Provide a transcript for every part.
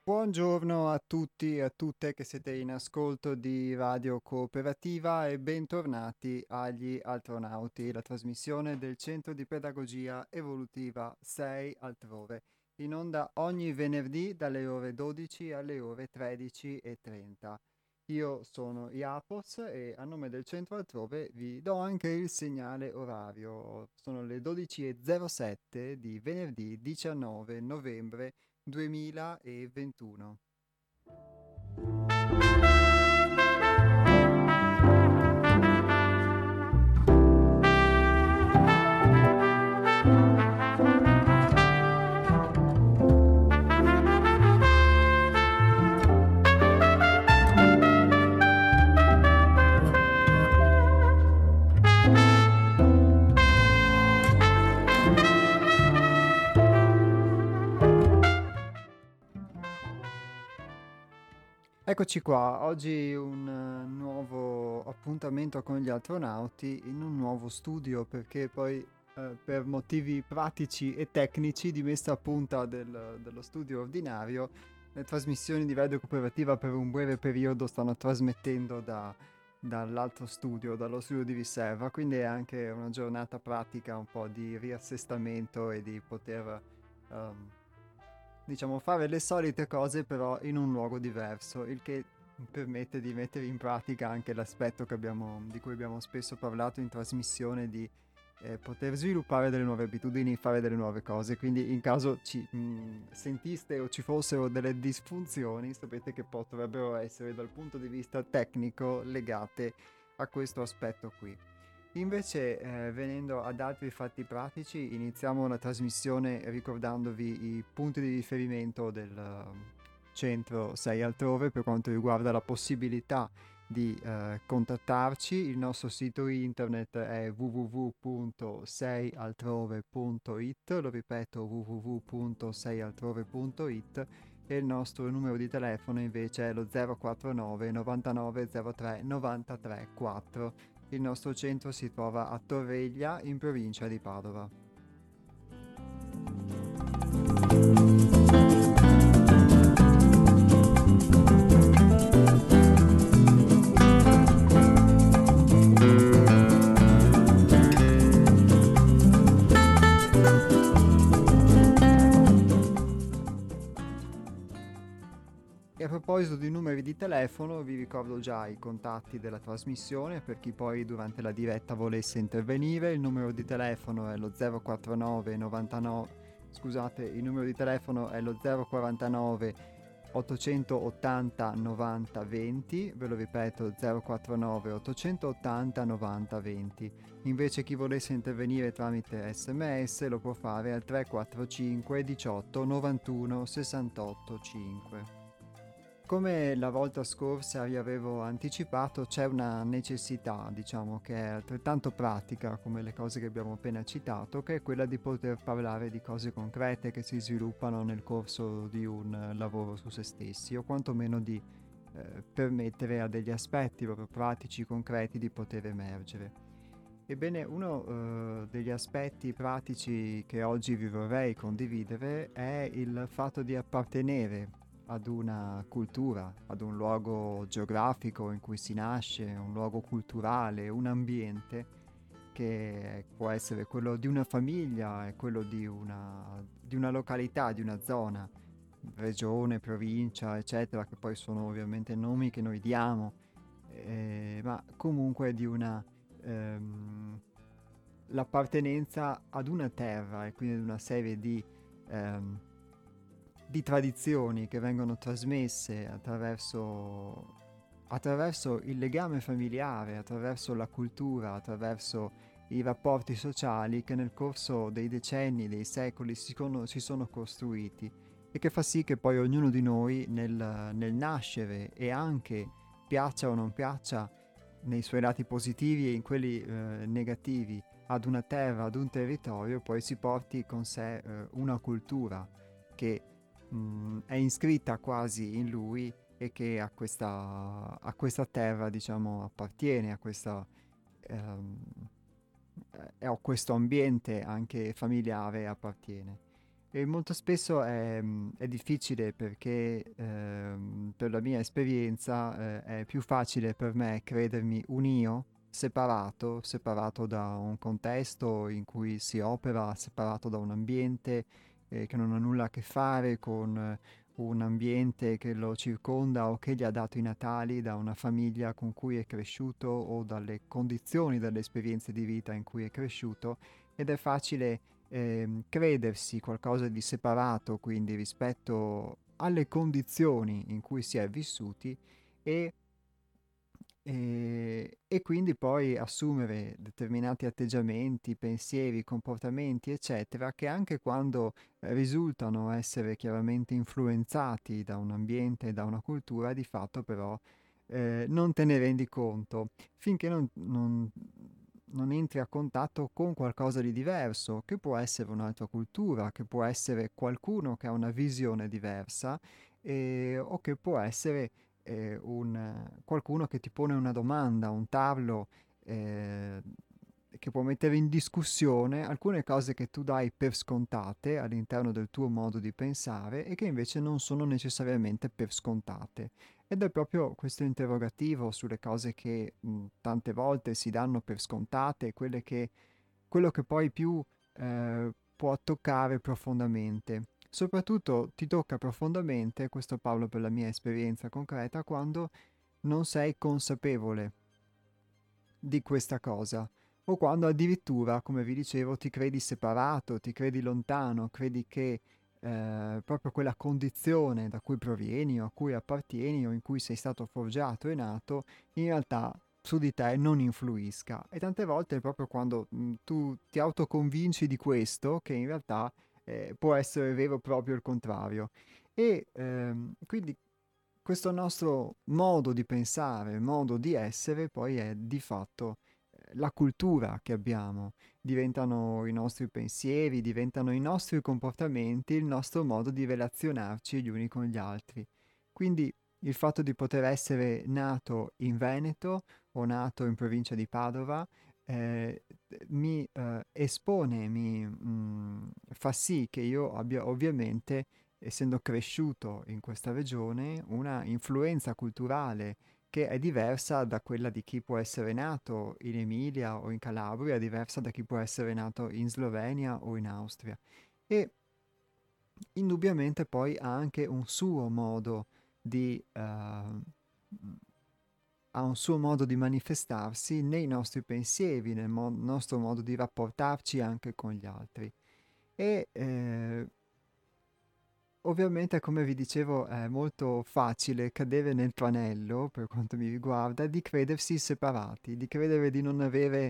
Buongiorno a tutti e a tutte che siete in ascolto di Radio Cooperativa e bentornati agli Altronauti, la trasmissione del Centro di Pedagogia Evolutiva 6 altrove, in onda ogni venerdì dalle ore 12 alle ore 13:30. Io sono Iapos e a nome del Centro Altrove vi do anche il segnale orario. Sono le 12:07 di venerdì 19 novembre 2021. Eccoci qua, oggi un nuovo appuntamento con gli astronauti in un nuovo studio perché poi per motivi pratici e tecnici di messa a punta dello studio ordinario le trasmissioni di Radio Cooperativa per un breve periodo stanno trasmettendo dall'altro studio, dallo studio di riserva, quindi è anche una giornata pratica, un po' di riassestamento e di poter diciamo fare le solite cose però in un luogo diverso, il che permette di mettere in pratica anche l'aspetto di cui abbiamo spesso parlato in trasmissione, di poter sviluppare delle nuove abitudini, fare delle nuove cose. Quindi in caso sentiste o ci fossero delle disfunzioni, sapete che potrebbero essere dal punto di vista tecnico legate a questo aspetto qui. Invece, venendo ad altri fatti pratici, iniziamo la trasmissione ricordandovi i punti di riferimento del centro 6 altrove per quanto riguarda la possibilità di contattarci. Il nostro sito internet è www.seialtrove.it, lo ripeto www.seialtrove.it, e il nostro numero di telefono invece è lo 049 99 03 93 4. Il nostro centro si trova a Torreglia, in provincia di Padova. E a proposito di numeri di telefono, vi ricordo già i contatti della trasmissione per chi poi durante la diretta volesse intervenire. Il numero di telefono è lo 049 99, scusate, il numero di telefono è lo 049 880 90 20, ve lo ripeto 049 880 90 20. Invece chi volesse intervenire tramite SMS lo può fare al 345 18 91 68 5. Come la volta scorsa vi avevo anticipato, c'è una necessità, diciamo, che è altrettanto pratica come le cose che abbiamo appena citato, che è quella di poter parlare di cose concrete che si sviluppano nel corso di un lavoro su se stessi, o quantomeno di permettere a degli aspetti proprio pratici, concreti, di poter emergere. Ebbene, uno degli aspetti pratici che oggi vi vorrei condividere è il fatto di appartenere ad una cultura, ad un luogo geografico in cui si nasce, un luogo culturale, un ambiente che può essere quello di una famiglia e quello di una località, di una zona, regione, provincia, eccetera, che poi sono ovviamente nomi che noi diamo, ma comunque di l'appartenenza ad una terra e quindi ad una serie di tradizioni che vengono trasmesse attraverso il legame familiare, attraverso la cultura, attraverso i rapporti sociali che nel corso dei decenni, dei secoli si sono costruiti, e che fa sì che poi ognuno di noi nel nascere, e anche piaccia o non piaccia nei suoi lati positivi e in quelli negativi, ad una terra, ad un territorio, poi si porti con sé una cultura che è iscritta quasi in lui e che a questa terra, diciamo, appartiene, a questo ambiente anche familiare appartiene. E molto spesso è difficile perché per la mia esperienza è più facile per me credermi un io separato da un contesto in cui si opera, separato da un ambiente che non ha nulla a che fare con un ambiente che lo circonda o che gli ha dato i natali, da una famiglia con cui è cresciuto o dalle condizioni, dalle esperienze di vita in cui è cresciuto, ed è facile credersi qualcosa di separato quindi rispetto alle condizioni in cui si è vissuti e, e quindi poi assumere determinati atteggiamenti, pensieri, comportamenti, eccetera, che anche quando risultano essere chiaramente influenzati da un ambiente, da una cultura, di fatto però non te ne rendi conto finché non entri a contatto con qualcosa di diverso, che può essere un'altra cultura, che può essere qualcuno che ha una visione diversa, o che può essere qualcuno che ti pone una domanda, un tarlo, eh, che può mettere in discussione alcune cose che tu dai per scontate all'interno del tuo modo di pensare e che invece non sono necessariamente per scontate. Ed è proprio questo interrogativo sulle cose che tante volte si danno per scontate, quello che poi più può toccare profondamente. Soprattutto ti tocca profondamente, questo parlo per la mia esperienza concreta, quando non sei consapevole di questa cosa, o quando addirittura, come vi dicevo, ti credi separato, ti credi lontano, credi che proprio quella condizione da cui provieni o a cui appartieni o in cui sei stato forgiato e nato, in realtà su di te non influisca. E tante volte è proprio quando tu ti autoconvinci di questo che in realtà può essere vero proprio il contrario. E quindi questo nostro modo di pensare, modo di essere, poi è di fatto la cultura che abbiamo. Diventano i nostri pensieri, diventano i nostri comportamenti, il nostro modo di relazionarci gli uni con gli altri. Quindi il fatto di poter essere nato in Veneto o nato in provincia di Padova mi espone, fa sì che io abbia ovviamente, essendo cresciuto in questa regione, una influenza culturale che è diversa da quella di chi può essere nato in Emilia o in Calabria, diversa da chi può essere nato in Slovenia o in Austria. E indubbiamente poi ha anche un suo modo di, ha un suo modo di manifestarsi nei nostri pensieri, nel nostro modo di rapportarci anche con gli altri. E ovviamente, come vi dicevo, è molto facile cadere nel tranello, per quanto mi riguarda, di credersi separati, di credere di non avere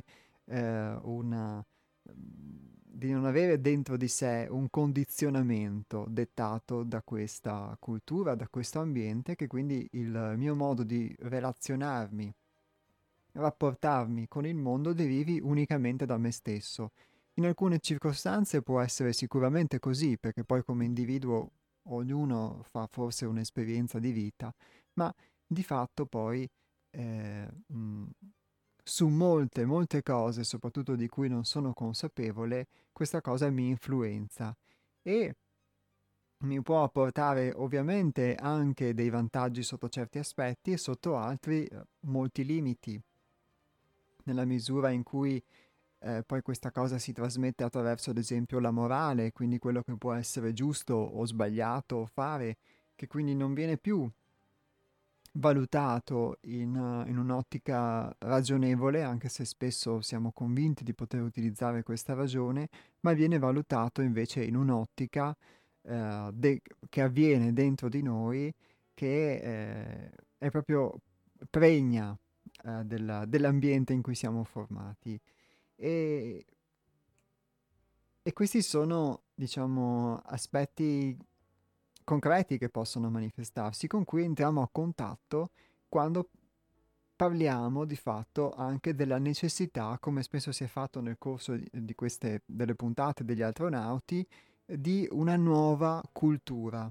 di non avere dentro di sé un condizionamento dettato da questa cultura, da questo ambiente, che quindi il mio modo di relazionarmi, rapportarmi con il mondo derivi unicamente da me stesso. In alcune circostanze può essere sicuramente così, perché poi come individuo ognuno fa forse un'esperienza di vita, ma di fatto poi eh, mh, su molte cose, soprattutto di cui non sono consapevole, questa cosa mi influenza e mi può portare ovviamente anche dei vantaggi sotto certi aspetti e sotto altri molti limiti, nella misura in cui poi questa cosa si trasmette attraverso, ad esempio, la morale, quindi quello che può essere giusto o sbagliato fare, che quindi non viene più valutato in un'ottica ragionevole, anche se spesso siamo convinti di poter utilizzare questa ragione, ma viene valutato invece in un'ottica che avviene dentro di noi, che è proprio pregna dell'ambiente in cui siamo formati. E, e questi sono, diciamo, aspetti concreti che possono manifestarsi, con cui entriamo a contatto quando parliamo di fatto anche della necessità, come spesso si è fatto nel corso di queste, delle puntate degli astronauti, di una nuova cultura.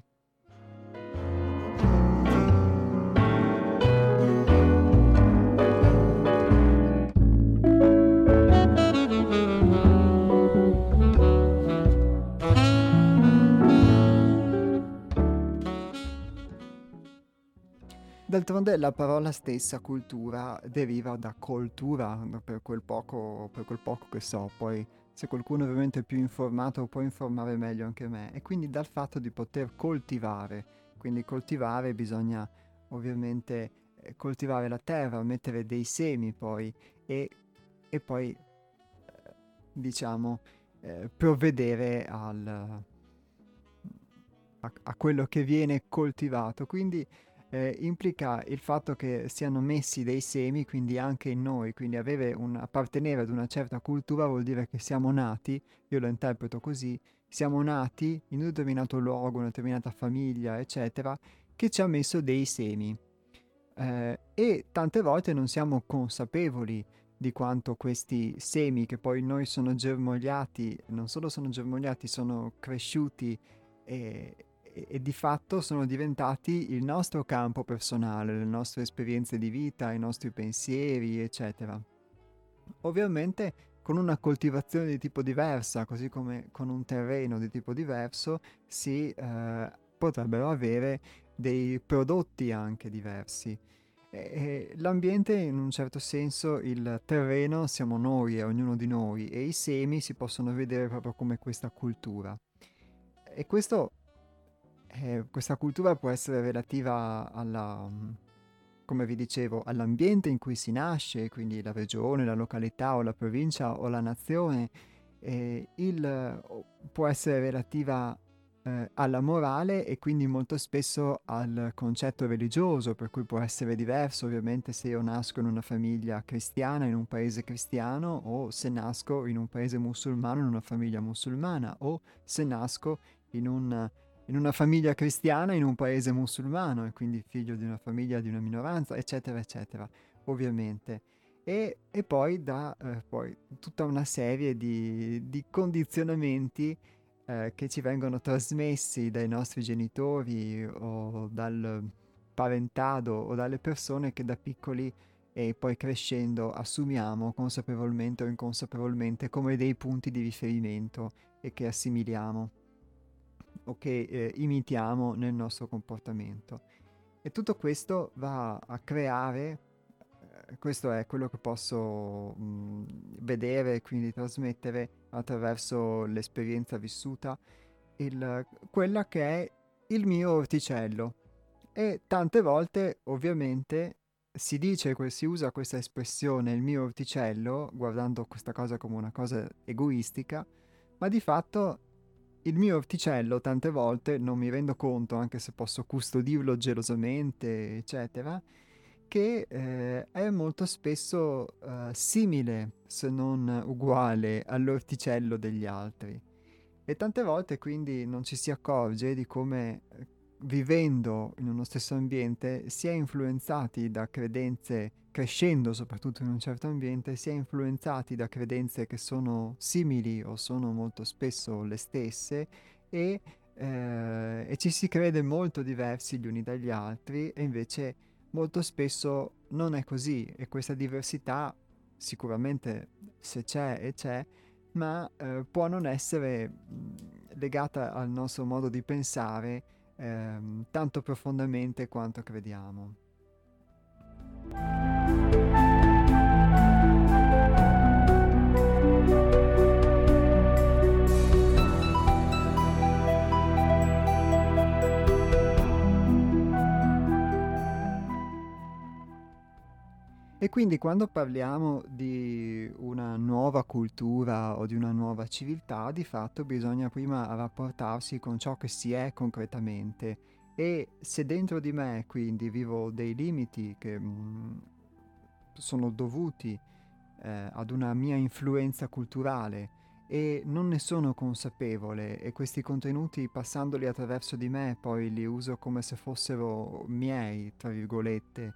D'altronde la parola stessa cultura deriva da coltura, per quel poco che so, poi se qualcuno ovviamente è più informato può informare meglio anche me, e quindi dal fatto di poter coltivare, quindi coltivare bisogna ovviamente coltivare la terra, mettere dei semi poi e, e poi diciamo provvedere a quello che viene coltivato. Quindi implica il fatto che siano messi dei semi, quindi anche in noi, quindi appartenere ad una certa cultura vuol dire che siamo nati, io lo interpreto così, siamo nati in un determinato luogo, una determinata famiglia, eccetera, che ci ha messo dei semi. E tante volte non siamo consapevoli di quanto questi semi che poi in noi sono germogliati, non solo sono germogliati, sono cresciuti e di fatto sono diventati il nostro campo personale, le nostre esperienze di vita, i nostri pensieri, eccetera. Ovviamente con una coltivazione di tipo diversa, così come con un terreno di tipo diverso, si potrebbero avere dei prodotti anche diversi. E l'ambiente, in un certo senso, il terreno siamo noi e ognuno di noi, e i semi si possono vedere proprio come questa cultura. E questa cultura può essere relativa come vi dicevo, all'ambiente in cui si nasce, quindi la regione, la località o la provincia o la nazione. Può essere relativa alla morale e quindi molto spesso al concetto religioso, per cui può essere diverso ovviamente se io nasco in una famiglia cristiana, in un paese cristiano, o se nasco in un paese musulmano, in una famiglia musulmana, o se nasco in in una famiglia cristiana in un paese musulmano e quindi figlio di una famiglia di una minoranza, eccetera, eccetera, ovviamente. E poi poi tutta una serie di condizionamenti che ci vengono trasmessi dai nostri genitori o dal parentado o dalle persone che da piccoli e poi crescendo assumiamo consapevolmente o inconsapevolmente come dei punti di riferimento e che assimiliamo o che imitiamo nel nostro comportamento. E tutto questo va a creare, questo è quello che posso vedere e quindi trasmettere attraverso l'esperienza vissuta, quella che è il mio orticello. E tante volte ovviamente si usa questa espressione, il mio orticello, guardando questa cosa come una cosa egoistica, ma di fatto il mio orticello tante volte non mi rendo conto, anche se posso custodirlo gelosamente, eccetera, che è molto spesso simile, se non uguale, all'orticello degli altri. E tante volte quindi non ci si accorge di come vivendo in uno stesso ambiente si è influenzati da credenze, crescendo soprattutto in un certo ambiente, si è influenzati da credenze che sono simili o sono molto spesso le stesse e, e ci si crede molto diversi gli uni dagli altri e invece molto spesso non è così e questa diversità sicuramente se c'è e c'è, ma può non essere legata al nostro modo di pensare tanto profondamente quanto crediamo. E quindi quando parliamo di una nuova cultura o di una nuova civiltà, di fatto bisogna prima rapportarsi con ciò che si è concretamente. E se dentro di me quindi vivo dei limiti che sono dovuti ad una mia influenza culturale e non ne sono consapevole e questi contenuti passandoli attraverso di me poi li uso come se fossero miei, tra virgolette,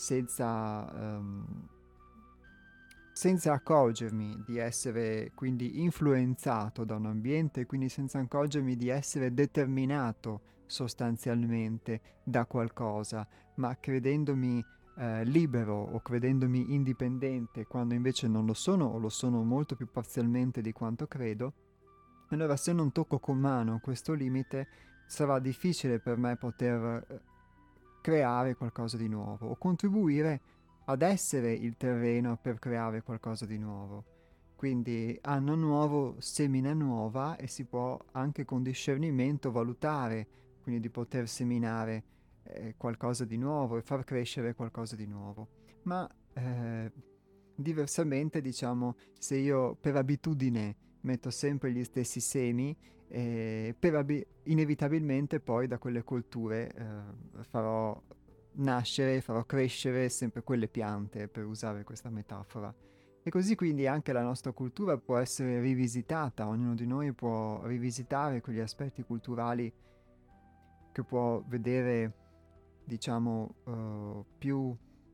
senza accorgermi di essere quindi influenzato da un ambiente, quindi senza accorgermi di essere determinato sostanzialmente da qualcosa, ma credendomi libero o credendomi indipendente quando invece non lo sono o lo sono molto più parzialmente di quanto credo, allora se non tocco con mano questo limite sarà difficile per me poter creare qualcosa di nuovo o contribuire ad essere il terreno per creare qualcosa di nuovo. Quindi anno nuovo, semina nuova, e si può anche con discernimento valutare, quindi di poter seminare qualcosa di nuovo e far crescere qualcosa di nuovo. Ma diversamente, diciamo, se io per abitudine metto sempre gli stessi semi, inevitabilmente poi da quelle colture farò nascere, farò crescere sempre quelle piante, per usare questa metafora. E così quindi anche la nostra cultura può essere rivisitata, ognuno di noi può rivisitare quegli aspetti culturali che può vedere, diciamo, più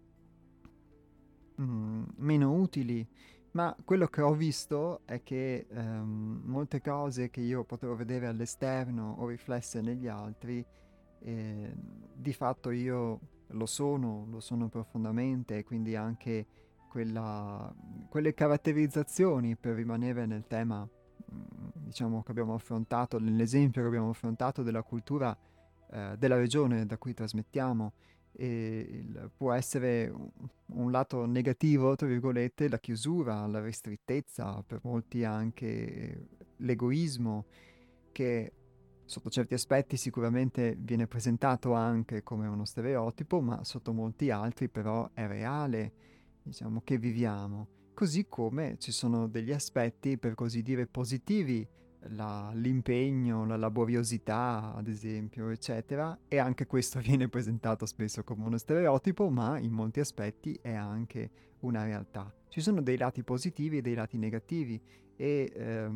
meno utili, ma quello che ho visto è che molte cose che io potevo vedere all'esterno o riflesse negli altri, di fatto io lo sono profondamente, e quindi anche quelle caratterizzazioni, per rimanere nel tema, diciamo, che abbiamo affrontato, nell'esempio che abbiamo affrontato della cultura della regione da cui trasmettiamo, e può essere un lato negativo, tra virgolette, la chiusura, la ristrettezza, per molti anche l'egoismo, che sotto certi aspetti sicuramente viene presentato anche come uno stereotipo, ma sotto molti altri però è reale, diciamo, che viviamo. Così come ci sono degli aspetti, per così dire, positivi, l'impegno, la laboriosità, ad esempio, eccetera, e anche questo viene presentato spesso come uno stereotipo, ma in molti aspetti è anche una realtà. Ci sono dei lati positivi e dei lati negativi, e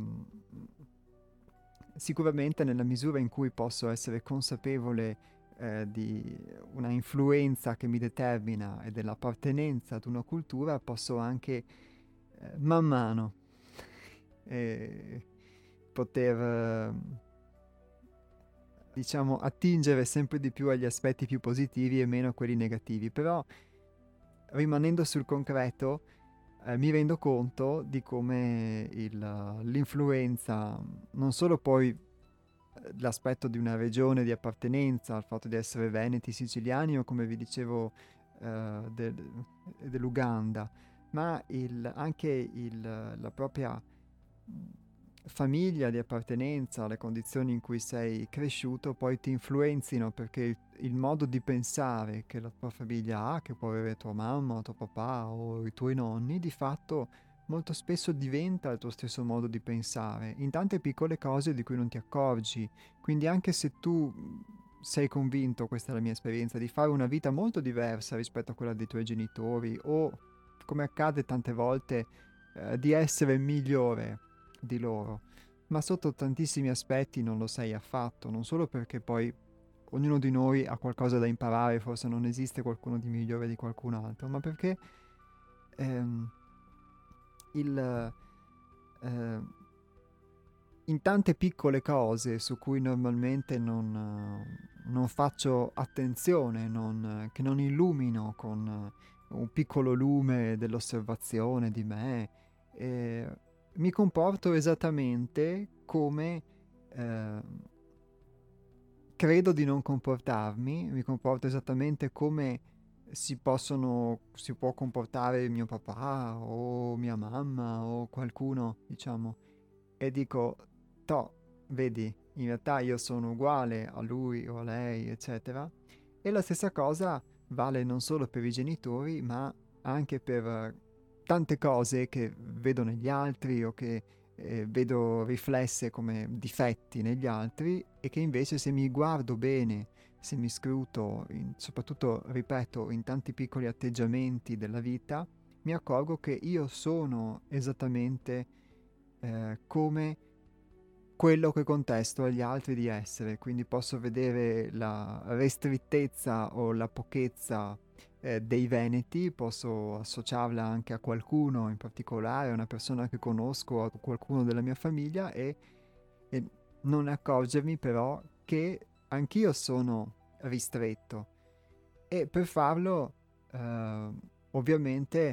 sicuramente nella misura in cui posso essere consapevole di una influenza che mi determina e dell'appartenenza ad una cultura, posso anche man mano eh, poter, diciamo, attingere sempre di più agli aspetti più positivi e meno a quelli negativi. Però, rimanendo sul concreto, mi rendo conto di come l'influenza, non solo poi l'aspetto di una regione di appartenenza, il fatto di essere veneti, siciliani o, come vi dicevo, dell'Uganda, ma anche la propria famiglia di appartenenza, le condizioni in cui sei cresciuto poi ti influenzino, perché il modo di pensare che la tua famiglia ha, che può avere tua mamma o tuo papà o i tuoi nonni, di fatto molto spesso diventa il tuo stesso modo di pensare, in tante piccole cose di cui non ti accorgi. Quindi anche se tu sei convinto, questa è la mia esperienza, di fare una vita molto diversa rispetto a quella dei tuoi genitori, o, come accade tante volte, di essere migliore di loro, ma sotto tantissimi aspetti non lo sei affatto, non solo perché poi ognuno di noi ha qualcosa da imparare, forse non esiste qualcuno di migliore di qualcun altro, ma perché ehm, il, eh, in tante piccole cose su cui normalmente non faccio attenzione, che non illumino con un piccolo lume dell'osservazione di me, eh, mi comporto esattamente come eh, credo di non comportarmi, mi comporto esattamente come si può comportare mio papà o mia mamma o qualcuno, diciamo, e dico, toh, vedi, in realtà io sono uguale a lui o a lei, eccetera. E la stessa cosa vale non solo per i genitori, ma anche per tante cose che vedo negli altri o che vedo riflesse come difetti negli altri, e che invece, se mi guardo bene, se mi scruto, soprattutto, ripeto, in tanti piccoli atteggiamenti della vita, mi accorgo che io sono esattamente come quello che contesto agli altri di essere, quindi posso vedere la restrittezza o la pochezza dei veneti, posso associarla anche a qualcuno in particolare, a una persona che conosco, a qualcuno della mia famiglia, e non accorgermi però che anch'io sono ristretto, e per farlo ovviamente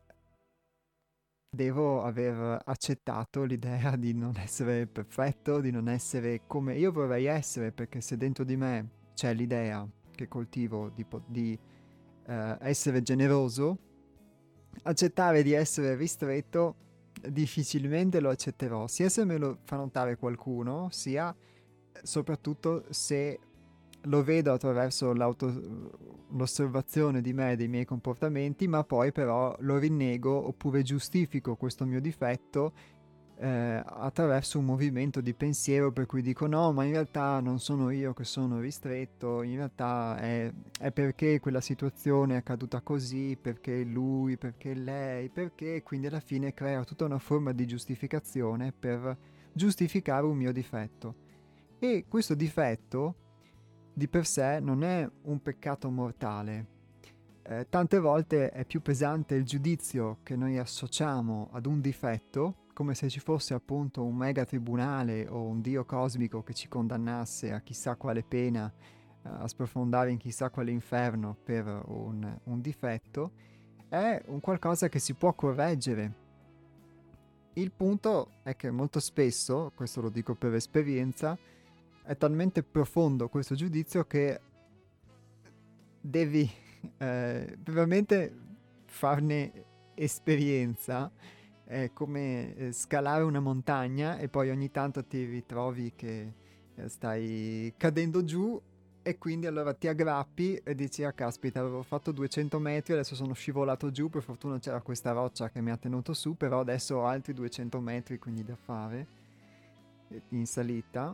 devo aver accettato l'idea di non essere perfetto, di non essere come io vorrei essere, perché se dentro di me c'è l'idea che coltivo di essere generoso, accettare di essere ristretto difficilmente lo accetterò, sia se me lo fa notare qualcuno, sia soprattutto se lo vedo attraverso l'osservazione di me e dei miei comportamenti, ma poi però lo rinnego oppure giustifico questo mio difetto attraverso un movimento di pensiero per cui dico no, ma in realtà non sono io che sono ristretto, in realtà è perché quella situazione è accaduta così, perché lui, perché lei, perché, quindi alla fine creo tutta una forma di giustificazione per giustificare un mio difetto. E questo difetto di per sé non è un peccato mortale. Tante volte è più pesante il giudizio che noi associamo ad un difetto, come se ci fosse appunto un mega tribunale o un dio cosmico che ci condannasse a chissà quale pena, a sprofondare in chissà quale inferno per un difetto, è un qualcosa che si può correggere. Il punto è che molto spesso, questo lo dico per esperienza, è talmente profondo questo giudizio che devi veramente farne esperienza. È come scalare una montagna e poi ogni tanto ti ritrovi che stai cadendo giù e quindi allora ti aggrappi e dici ah caspita, avevo fatto 200 metri, adesso sono scivolato giù, per fortuna c'era questa roccia che mi ha tenuto su, però adesso ho altri 200 metri quindi da fare in salita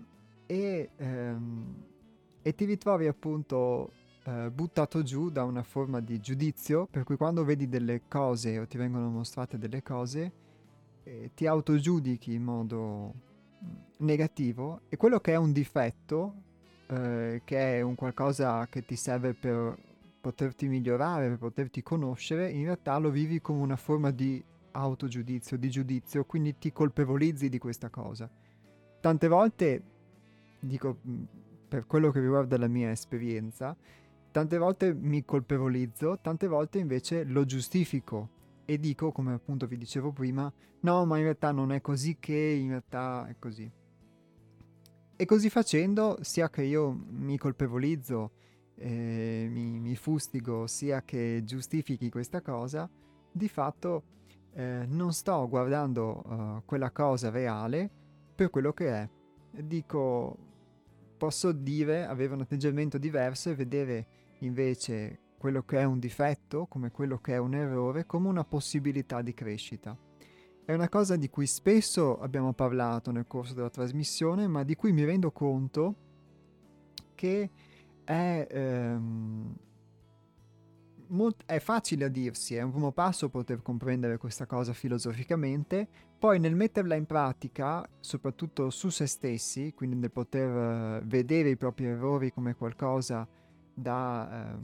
e ti ritrovi appunto buttato giù da una forma di giudizio, per cui quando vedi delle cose o ti vengono mostrate delle cose, ti autogiudichi in modo negativo e quello che è un difetto, che è un qualcosa che ti serve per poterti migliorare, per poterti conoscere, in realtà lo vivi come una forma di autogiudizio, di giudizio, quindi ti colpevolizzi di questa cosa. Tante volte, dico per quello che riguarda la mia esperienza, tante volte mi colpevolizzo, tante volte invece lo giustifico e dico, come appunto vi dicevo prima, no, ma in realtà non è così che in realtà è così. E così facendo, sia che io mi colpevolizzo, mi fustigo, sia che giustifichi questa cosa, di fatto non sto guardando quella cosa reale per quello che è. Dico, posso dire, avere un atteggiamento diverso e vedere invece quello che è un difetto, come quello che è un errore, come una possibilità di crescita. È una cosa di cui spesso abbiamo parlato nel corso della trasmissione, ma di cui mi rendo conto che è facile a dirsi, è un primo passo poter comprendere questa cosa filosoficamente, poi nel metterla in pratica, soprattutto su se stessi, quindi nel poter vedere i propri errori come qualcosa da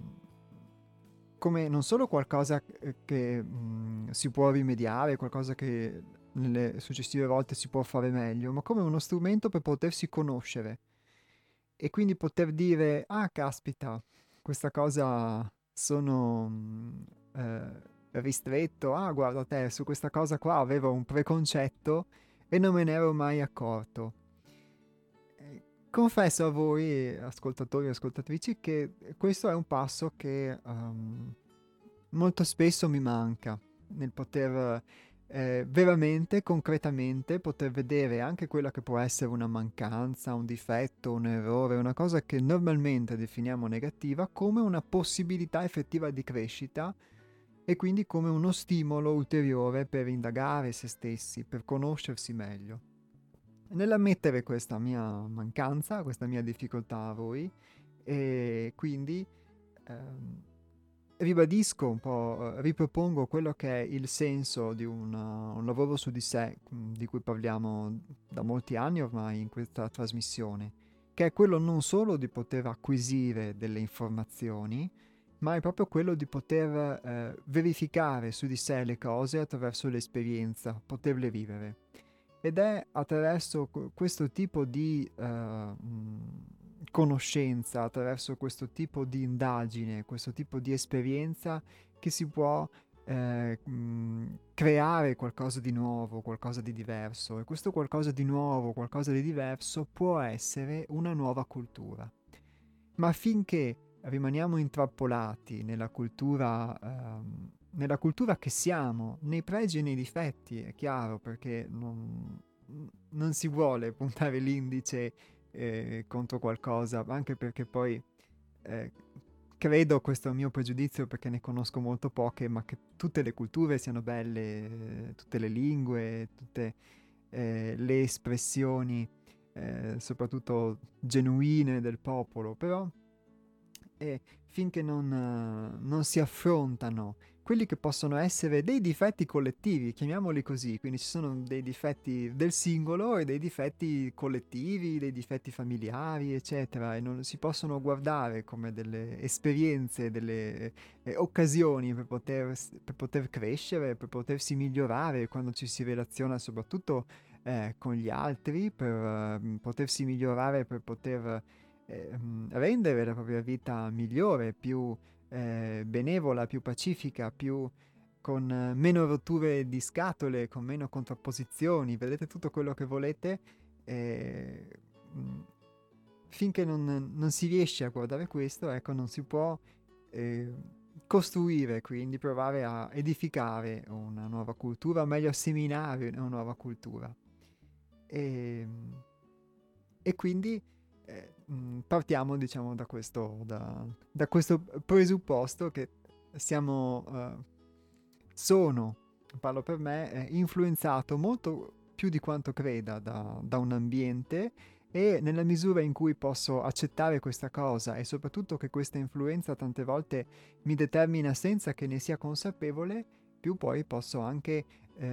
come non solo qualcosa che si può rimediare, qualcosa che nelle successive volte si può fare meglio, ma come uno strumento per potersi conoscere e quindi poter dire, ah caspita, questa cosa sono ristretto, ah guarda te, su questa cosa qua avevo un preconcetto e non me ne ero mai accorto. Confesso a voi, ascoltatori e ascoltatrici, che questo è un passo che molto spesso mi manca, nel poter veramente, concretamente, poter vedere anche quella che può essere una mancanza, un difetto, un errore, una cosa che normalmente definiamo negativa, come una possibilità effettiva di crescita e quindi come uno stimolo ulteriore per indagare se stessi, per conoscersi meglio. Nell'ammettere questa mia mancanza, questa mia difficoltà a voi, e quindi ribadisco un po', ripropongo quello che è il senso di un lavoro su di sé, di cui parliamo da molti anni ormai in questa trasmissione, che è quello non solo di poter acquisire delle informazioni, ma è proprio quello di poter verificare su di sé le cose attraverso l'esperienza, poterle vivere. Ed è attraverso questo tipo di conoscenza, attraverso questo tipo di indagine, questo tipo di esperienza che si può creare qualcosa di nuovo, qualcosa di diverso. E questo qualcosa di nuovo, qualcosa di diverso può essere una nuova cultura. ma finché rimaniamo intrappolati nella cultura che siamo, nei pregi e nei difetti, è chiaro, perché non si vuole puntare l'indice contro qualcosa, anche perché poi eh, credo, questo è un mio pregiudizio perché ne conosco molto poche, ma che tutte le culture siano belle, tutte le lingue, tutte le espressioni, soprattutto genuine del popolo, però finché non si affrontano quelli che possono essere dei difetti collettivi, chiamiamoli così, quindi ci sono dei difetti del singolo e dei difetti collettivi, dei difetti familiari, eccetera, e non si possono guardare come delle esperienze, delle occasioni per poter crescere, per potersi migliorare quando ci si relaziona soprattutto con gli altri, per potersi migliorare, per poter rendere la propria vita migliore, più benevola, più pacifica, più con meno rotture di scatole, con meno contrapposizioni, vedete tutto quello che volete, eh, mh, finché non si riesce a guardare questo, ecco, non si può eh, costruire, quindi provare a edificare una nuova cultura, o meglio, a seminare una nuova cultura. E, e quindi partiamo, diciamo, da questo presupposto che sono, parlo per me, influenzato molto più di quanto creda da un ambiente, e nella misura in cui posso accettare questa cosa e soprattutto che questa influenza tante volte mi determina senza che ne sia consapevole, più poi posso anche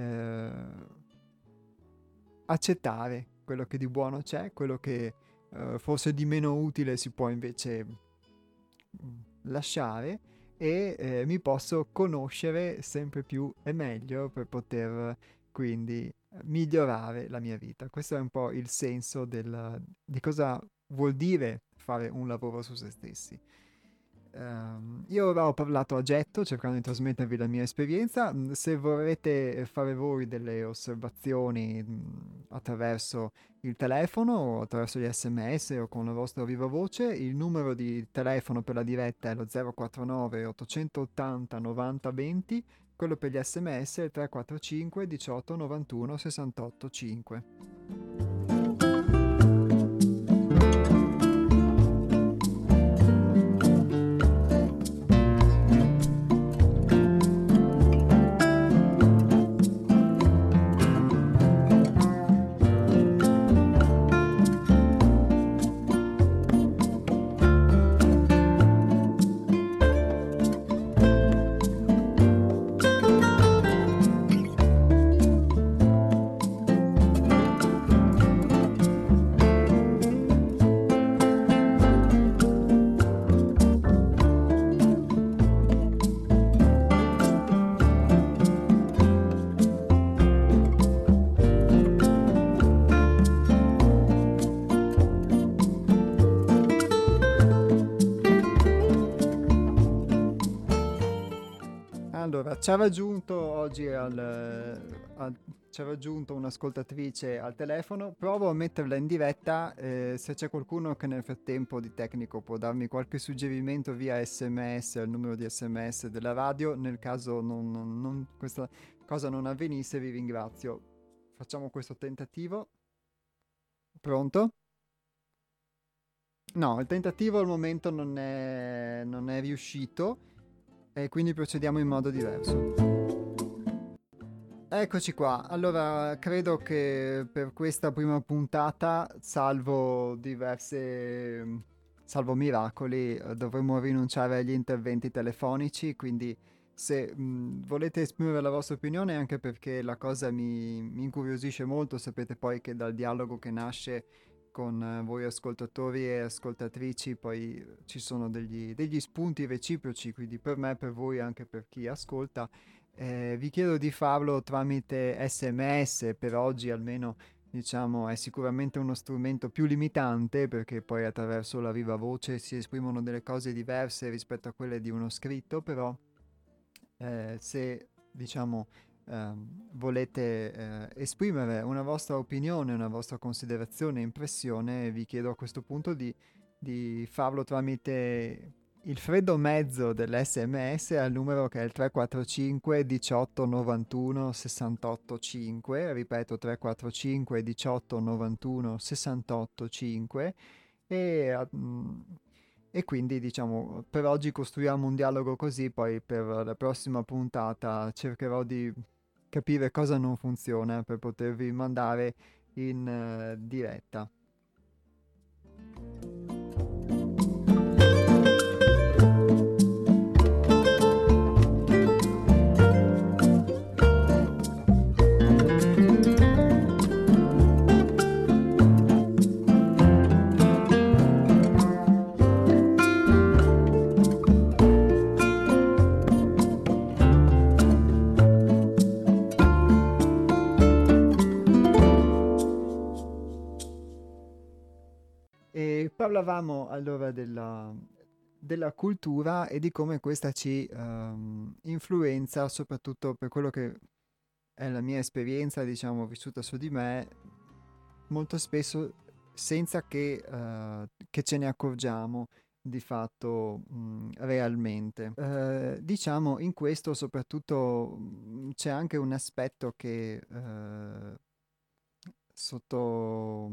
accettare quello che di buono c'è, quello che forse di meno utile si può invece lasciare, e mi posso conoscere sempre più e meglio per poter quindi migliorare la mia vita. Questo è un po' il senso di cosa vuol dire fare un lavoro su se stessi. Io ora ho parlato a getto cercando di trasmettervi la mia esperienza. Se vorrete fare voi delle osservazioni attraverso il telefono o attraverso gli sms o con la vostra viva voce, il numero di telefono per la diretta è lo 049 880 90 20, quello per gli sms è il 345 18 91 68 5. Allora, ci ha raggiunto oggi ci ha raggiunto un'ascoltatrice al telefono. Provo a metterla in diretta, se c'è qualcuno che nel frattempo di tecnico può darmi qualche suggerimento via sms al numero di sms della radio, nel caso questa cosa non avvenisse, vi ringrazio. Facciamo questo tentativo. Pronto? No, il tentativo al momento non è riuscito e quindi procediamo in modo diverso. Eccoci qua, allora credo che per questa prima puntata, salvo miracoli, dovremmo rinunciare agli interventi telefonici, quindi se volete esprimere la vostra opinione, anche perché la cosa mi incuriosisce molto, sapete poi che dal dialogo che nasce con voi ascoltatori e ascoltatrici poi ci sono degli spunti reciproci, quindi per me, per voi, anche per chi ascolta. Vi chiedo di farlo tramite SMS, per oggi almeno, diciamo, è sicuramente uno strumento più limitante, perché poi attraverso la viva voce si esprimono delle cose diverse rispetto a quelle di uno scritto, però se diciamo volete esprimere una vostra opinione, una vostra considerazione, impressione, vi chiedo a questo punto di di farlo tramite il freddo mezzo dell'SMS al numero che è il 345 18 91 68 5, ripeto 345 18 91 68 5 e, e quindi diciamo per oggi costruiamo un dialogo così, poi per la prossima puntata cercherò di capire cosa non funziona per potervi mandare in diretta. E parlavamo allora della cultura e di come questa ci influenza, soprattutto per quello che è la mia esperienza, diciamo, vissuta su di me, molto spesso senza che ce ne accorgiamo di fatto realmente. Diciamo, in questo soprattutto c'è anche un aspetto che sotto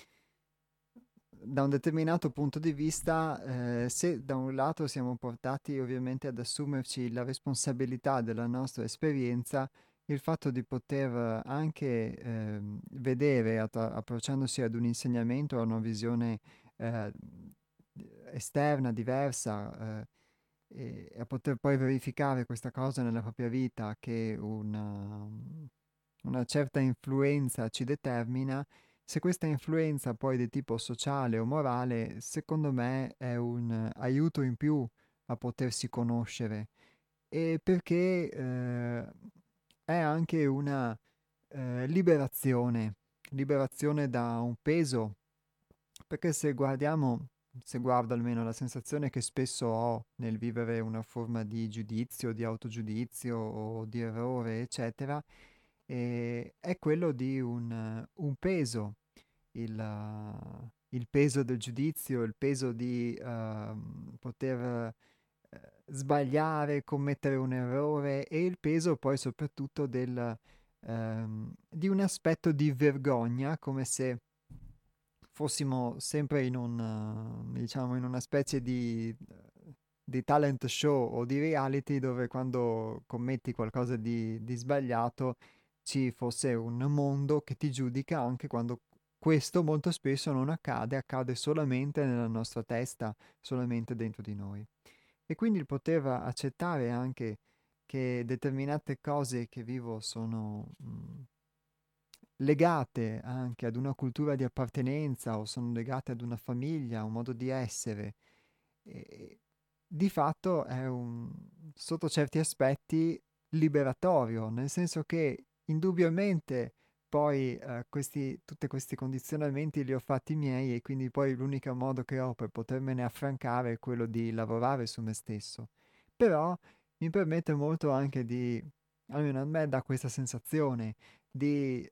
da un determinato punto di vista, se da un lato siamo portati ovviamente ad assumerci la responsabilità della nostra esperienza, il fatto di poter anche vedere, approcciandosi ad un insegnamento, a una visione eh, esterna, diversa, e a poter poi verificare questa cosa nella propria vita, che una certa influenza ci determina, se questa influenza poi di tipo sociale o morale, secondo me è un aiuto in più a potersi conoscere e perché è anche una liberazione, liberazione da un peso, perché se guardo almeno la sensazione che spesso ho nel vivere una forma di giudizio, di autogiudizio o di errore, eccetera, è quello di un peso, il peso del giudizio, il peso di poter sbagliare, commettere un errore e il peso poi soprattutto di un aspetto di vergogna, come se fossimo sempre diciamo, in una specie di talent show o di reality dove quando commetti qualcosa di sbagliato ci fosse un mondo che ti giudica anche quando questo molto spesso non accade, accade solamente nella nostra testa, solamente dentro di noi. E quindi il poter accettare anche che determinate cose che vivo sono legate anche ad una cultura di appartenenza o sono legate ad una famiglia, a un modo di essere. E di fatto è sotto certi aspetti liberatorio, nel senso che indubbiamente poi tutti questi condizionamenti li ho fatti miei e quindi poi l'unico modo che ho per potermene affrancare è quello di lavorare su me stesso. Però mi permette molto anche almeno a me dà questa sensazione di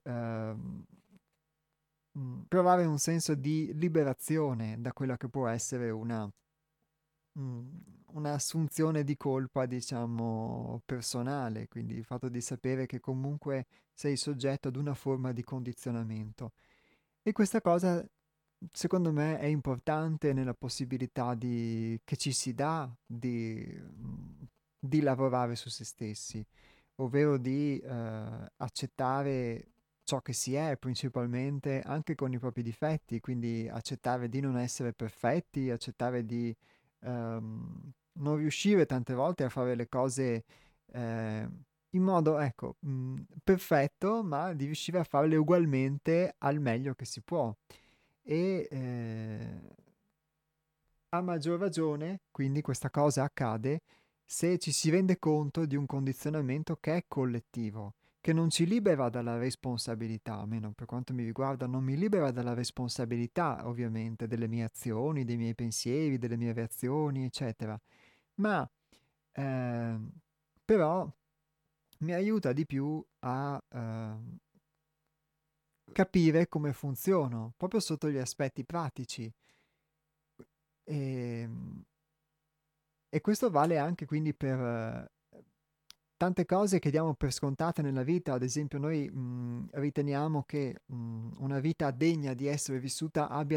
provare un senso di liberazione da quella che può essere un'assunzione di colpa, diciamo, personale, quindi il fatto di sapere che comunque sei soggetto ad una forma di condizionamento. E questa cosa, secondo me, è importante nella possibilità che ci si dà di lavorare su se stessi, ovvero di accettare ciò che si è principalmente anche con i propri difetti, quindi accettare di non essere perfetti, accettare di non riuscire tante volte a fare le cose eh, in modo, ecco, perfetto, ma di riuscire a farle ugualmente al meglio che si può. E a maggior ragione, quindi questa cosa accade se ci si rende conto di un condizionamento che è collettivo, che non ci libera dalla responsabilità, almeno per quanto mi riguarda, non mi libera dalla responsabilità, ovviamente, delle mie azioni, dei miei pensieri, delle mie reazioni, eccetera, ma ehm, però mi aiuta di più a capire come funziono, proprio sotto gli aspetti pratici. E, e questo vale anche quindi per tante cose che diamo per scontate nella vita. Ad esempio noi riteniamo che una vita degna di essere vissuta abbia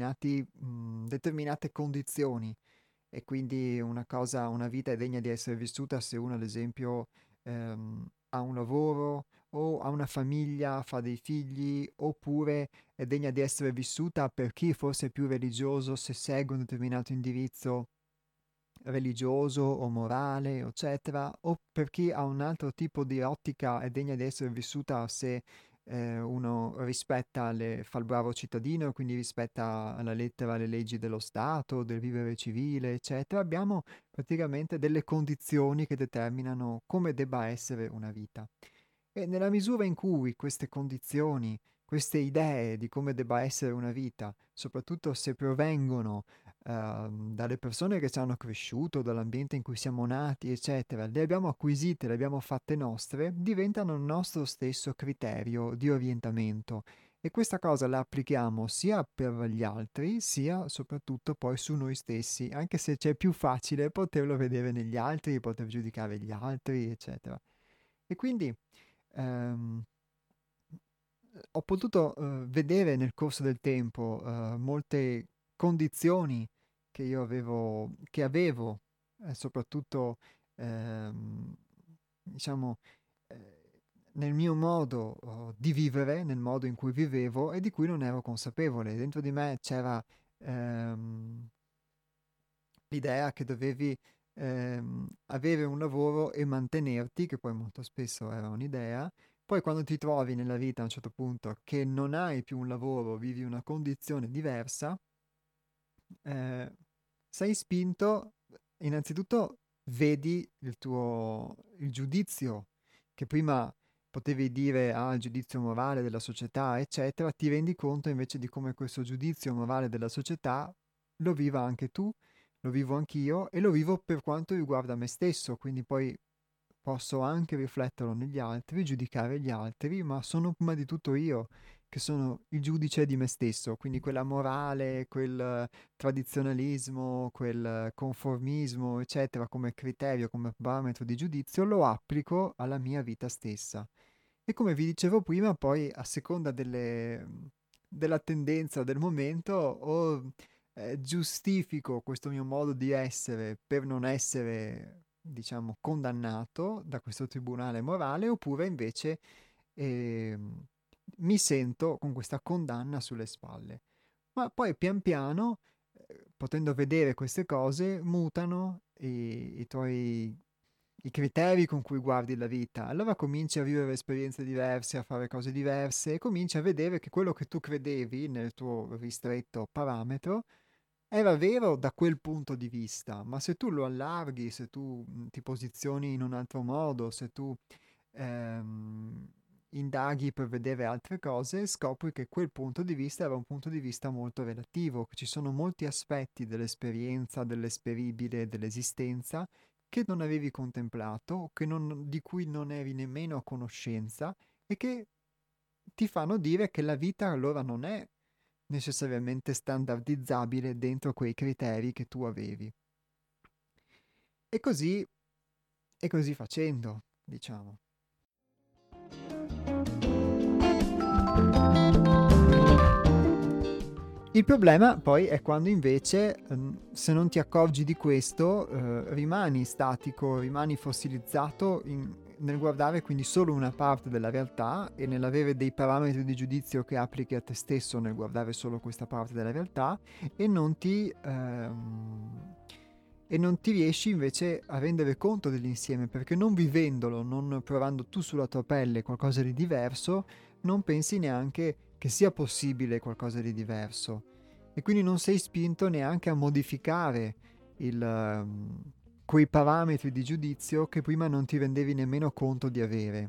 determinate condizioni, e quindi una vita è degna di essere vissuta se uno, ad esempio, ha un lavoro o ha una famiglia, fa dei figli, oppure è degna di essere vissuta per chi forse è più religioso, se segue un determinato indirizzo religioso o morale, eccetera, o per chi ha un altro tipo di ottica è degna di essere vissuta se uno fa il bravo cittadino, quindi rispetta alla lettera le leggi dello Stato, del vivere civile, eccetera. Abbiamo praticamente delle condizioni che determinano come debba essere una vita. E nella misura in cui queste condizioni, queste idee di come debba essere una vita, soprattutto se provengono dalle persone che ci hanno cresciuto, dall'ambiente in cui siamo nati, eccetera, le abbiamo acquisite, le abbiamo fatte nostre, diventano il nostro stesso criterio di orientamento. E questa cosa la applichiamo sia per gli altri, sia soprattutto poi su noi stessi, anche se c'è più facile poterlo vedere negli altri, poter giudicare gli altri, eccetera. E quindi ehm, ho potuto vedere nel corso del tempo molte condizioni che avevo, soprattutto ehm, diciamo eh, nel mio modo di vivere, nel modo in cui vivevo e di cui non ero consapevole. Dentro di me c'era ehm, l'idea che dovevi avere un lavoro e mantenerti, che poi molto spesso era un'idea. Poi quando ti trovi nella vita a un certo punto che non hai più un lavoro, vivi una condizione diversa, eh, sei spinto, innanzitutto vedi il giudizio che prima potevi dire, il giudizio morale della società, eccetera, ti rendi conto invece di come questo giudizio morale della società lo viva anche tu, lo vivo anch'io e lo vivo per quanto riguarda me stesso, quindi poi posso anche rifletterlo negli altri, giudicare gli altri, ma sono prima di tutto io che sono il giudice di me stesso, quindi quella morale, quel tradizionalismo, quel conformismo, eccetera, come criterio, come parametro di giudizio, lo applico alla mia vita stessa. E come vi dicevo prima, poi a seconda della tendenza del momento, o giustifico questo mio modo di essere per non essere, diciamo, condannato da questo tribunale morale, oppure invece mi sento con questa condanna sulle spalle. Ma poi pian piano, potendo vedere queste cose, mutano i tuoi i criteri con cui guardi la vita. Allora cominci a vivere esperienze diverse, a fare cose diverse e cominci a vedere che quello che tu credevi nel tuo ristretto parametro era vero da quel punto di vista, ma se tu lo allarghi, se tu ti posizioni in un altro modo, se tu ehm, indaghi per vedere altre cose, scopri che quel punto di vista era un punto di vista molto relativo, che ci sono molti aspetti dell'esperienza, dell'esperibile, dell'esistenza che non avevi contemplato, di cui non eri nemmeno a conoscenza e che ti fanno dire che la vita allora non è necessariamente standardizzabile dentro quei criteri che tu avevi. E così, e così facendo, diciamo. Il problema poi è quando invece, se non ti accorgi di questo, rimani statico, rimani fossilizzato nel guardare quindi solo una parte della realtà e nell'avere dei parametri di giudizio che applichi a te stesso nel guardare solo questa parte della realtà e e non ti riesci invece a rendere conto dell'insieme, perché non vivendolo, non provando tu sulla tua pelle qualcosa di diverso, non pensi neanche che sia possibile qualcosa di diverso e quindi non sei spinto neanche a modificare quei parametri di giudizio che prima non ti rendevi nemmeno conto di avere.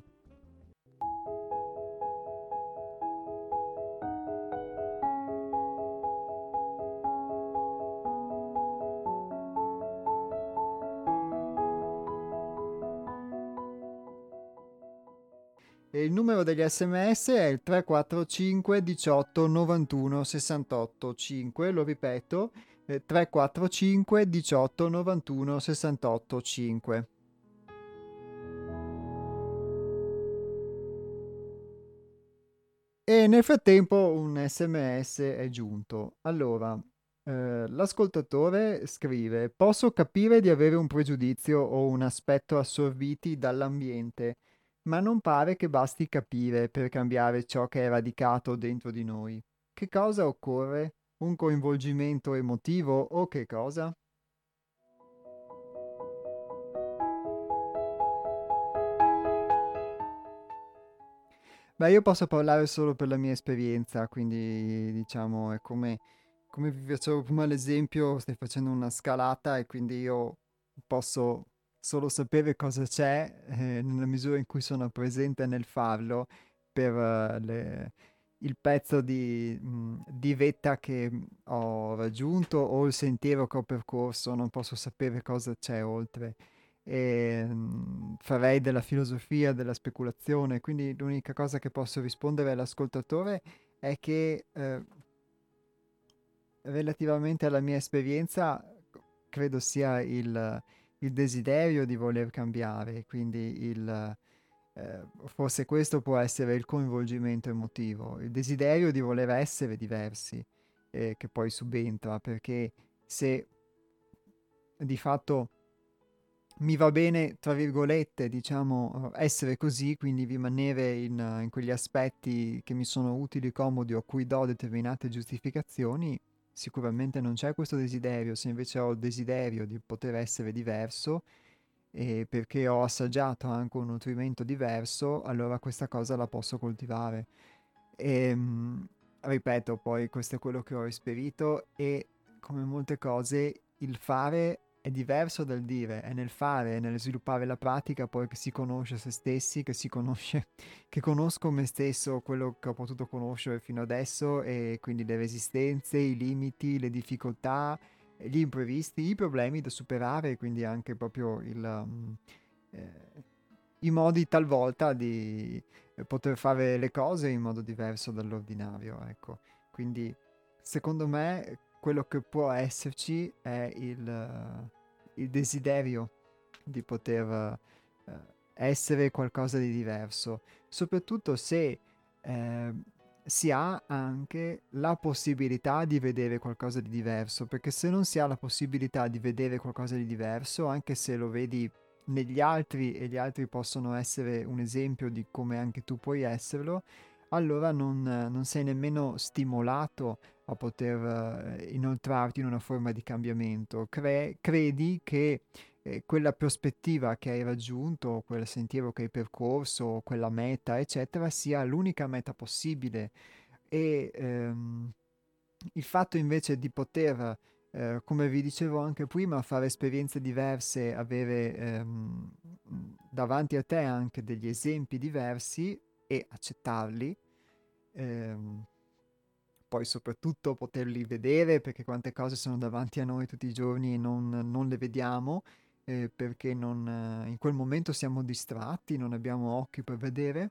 E il numero degli SMS è il 345 18 91 68 5, lo ripeto, 345 18 91 68 5. E nel frattempo un SMS è giunto. Allora, l'ascoltatore scrive: Posso capire di avere un pregiudizio o un aspetto assorbiti dall'ambiente, ma non pare che basti capire per cambiare ciò che è radicato dentro di noi. Che cosa occorre? Un coinvolgimento emotivo o che cosa? Beh, io posso parlare solo per la mia esperienza, quindi diciamo è come vi facevo prima l'esempio, stai facendo una scalata e quindi io posso solo sapere cosa c'è nella misura in cui sono presente nel farlo per il pezzo di vetta che ho raggiunto o il sentiero che ho percorso, non posso sapere cosa c'è oltre e farei della filosofia, della speculazione, quindi l'unica cosa che posso rispondere all'ascoltatore è che relativamente alla mia esperienza credo sia il desiderio di voler cambiare, quindi forse questo può essere il coinvolgimento emotivo, il desiderio di voler essere diversi, che poi subentra, perché se di fatto mi va bene, tra virgolette, diciamo, essere così, quindi rimanere in quegli aspetti che mi sono utili, comodi o a cui do determinate giustificazioni, sicuramente non c'è questo desiderio. Se invece ho il desiderio di poter essere diverso, e perché ho assaggiato anche un nutrimento diverso, allora questa cosa la posso coltivare. E, ripeto, poi questo è quello che ho esperito e come molte cose il fare è diverso dal dire, è nel fare, è nel sviluppare la pratica poi che si conosce se stessi, che si conosce, che conosco me stesso, quello che ho potuto conoscere fino adesso e quindi le resistenze, i limiti, le difficoltà, gli imprevisti, i problemi da superare, quindi anche proprio eh, i modi talvolta di poter fare le cose in modo diverso dall'ordinario, ecco. Quindi, secondo me, quello che può esserci è il desiderio di poter essere qualcosa di diverso, soprattutto se eh, si ha anche la possibilità di vedere qualcosa di diverso, perché se non si ha la possibilità di vedere qualcosa di diverso, anche se lo vedi negli altri e gli altri possono essere un esempio di come anche tu puoi esserlo, allora non sei nemmeno stimolato a poter inoltrarti in una forma di cambiamento. Credi che quella prospettiva che hai raggiunto, quel sentiero che hai percorso, quella meta, eccetera, sia l'unica meta possibile e il fatto invece di poter, come vi dicevo anche prima, fare esperienze diverse, avere davanti a te anche degli esempi diversi e accettarli, ehm, poi soprattutto poterli vedere perché quante cose sono davanti a noi tutti i giorni e non le vediamo perché in quel momento siamo distratti, non abbiamo occhi per vedere.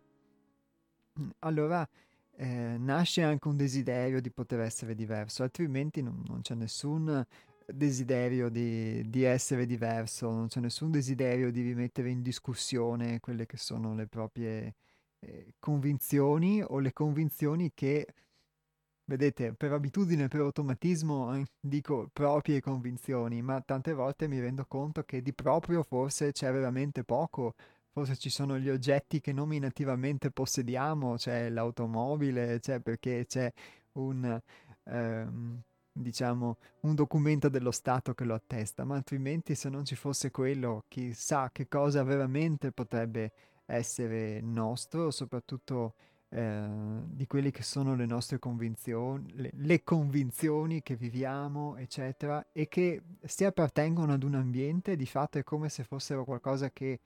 Allora nasce anche un desiderio di poter essere diverso, altrimenti non c'è nessun desiderio di essere diverso, non c'è nessun desiderio di rimettere in discussione quelle che sono le proprie convinzioni o le convinzioni che, vedete, per abitudine, per automatismo dico proprie convinzioni, ma tante volte mi rendo conto che di proprio forse c'è veramente poco. Forse ci sono gli oggetti che nominativamente possediamo, c'è l'automobile, c'è perché c'è un, ehm, diciamo, un documento dello Stato che lo attesta, ma altrimenti se non ci fosse quello, chissà che cosa veramente potrebbe essere nostro, soprattutto di quelle che sono le nostre convinzioni, le convinzioni che viviamo, eccetera, e che se appartengono ad un ambiente, di fatto è come se fossero qualcosa che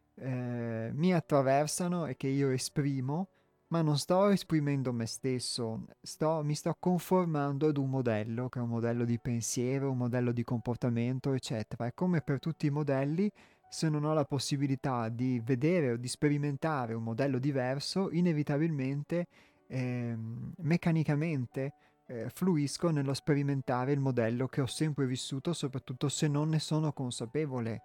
mi attraversano e che io esprimo, ma non sto esprimendo me stesso, mi sto conformando ad un modello, che è un modello di pensiero, un modello di comportamento, eccetera. E come per tutti i modelli, se non ho la possibilità di vedere o di sperimentare un modello diverso, inevitabilmente, meccanicamente, fluisco nello sperimentare il modello che ho sempre vissuto, soprattutto se non ne sono consapevole.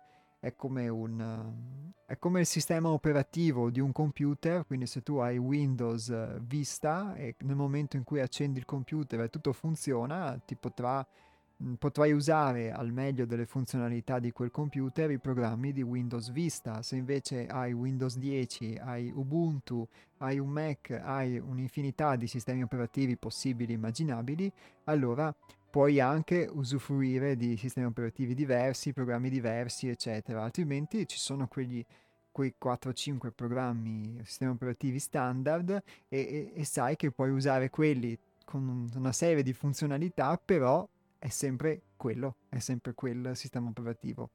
È come il sistema operativo di un computer, quindi se tu hai Windows Vista e nel momento in cui accendi il computer e tutto funziona, potrai usare al meglio delle funzionalità di quel computer i programmi di Windows Vista. Se invece hai Windows 10, hai Ubuntu, hai un Mac, hai un'infinità di sistemi operativi possibili e immaginabili, allora puoi anche usufruire di sistemi operativi diversi, programmi diversi, eccetera. Altrimenti ci sono quei 4-5 programmi, sistemi operativi standard e sai che puoi usare quelli con una serie di funzionalità, però è sempre quel sistema operativo.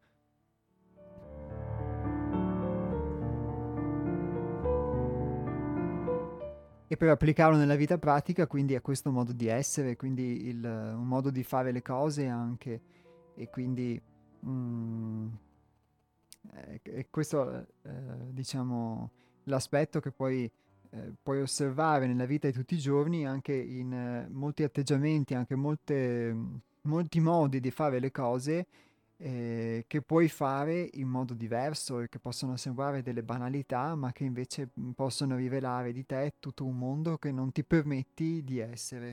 E per applicarlo nella vita pratica, quindi è questo modo di essere, quindi un modo di fare le cose anche, e quindi mm, è questo, diciamo, l'aspetto che poi puoi osservare nella vita di tutti i giorni, anche in molti atteggiamenti, anche molti modi di fare le cose che puoi fare in modo diverso e che possono sembrare delle banalità, ma che invece possono rivelare di te tutto un mondo che non ti permetti di essere.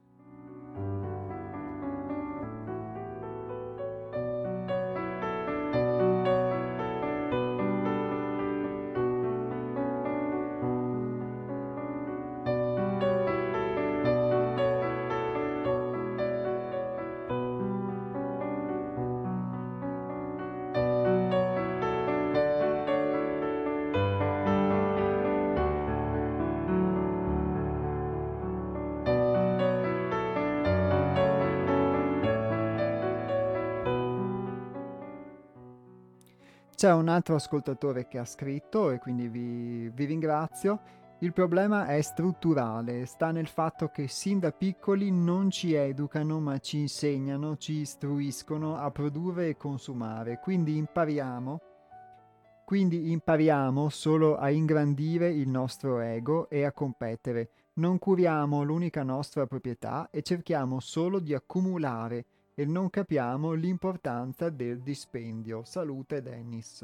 C'è un altro ascoltatore che ha scritto e quindi vi ringrazio. Il problema è strutturale, sta nel fatto che sin da piccoli non ci educano ma ci insegnano, ci istruiscono a produrre e consumare, quindi impariamo solo a ingrandire il nostro ego e a competere. Non curiamo l'unica nostra proprietà e cerchiamo solo di accumulare e non capiamo l'importanza del dispendio. Salute Dennis.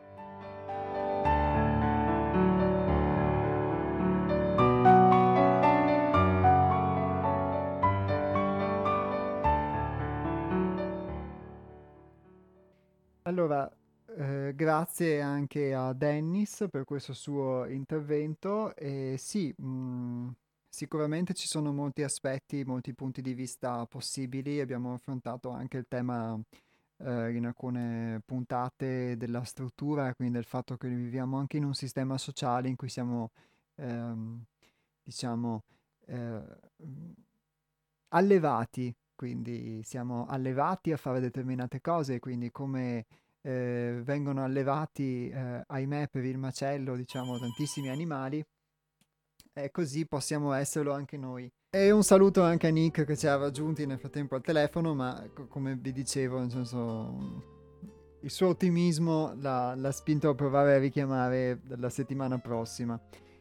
Allora, grazie anche a Dennis per questo suo intervento e sì, sicuramente ci sono molti aspetti, molti punti di vista possibili. Abbiamo affrontato anche il tema in alcune puntate della struttura, quindi del fatto che viviamo anche in un sistema sociale in cui siamo, ehm, diciamo, eh, allevati, quindi siamo allevati a fare determinate cose, quindi come vengono allevati, ahimè, per il macello, diciamo, tantissimi animali, e così possiamo esserlo anche noi. E un saluto anche a Nick che ci ha raggiunti nel frattempo al telefono, ma come vi dicevo, nel senso, il suo ottimismo l'ha spinto a provare a richiamare la settimana prossima.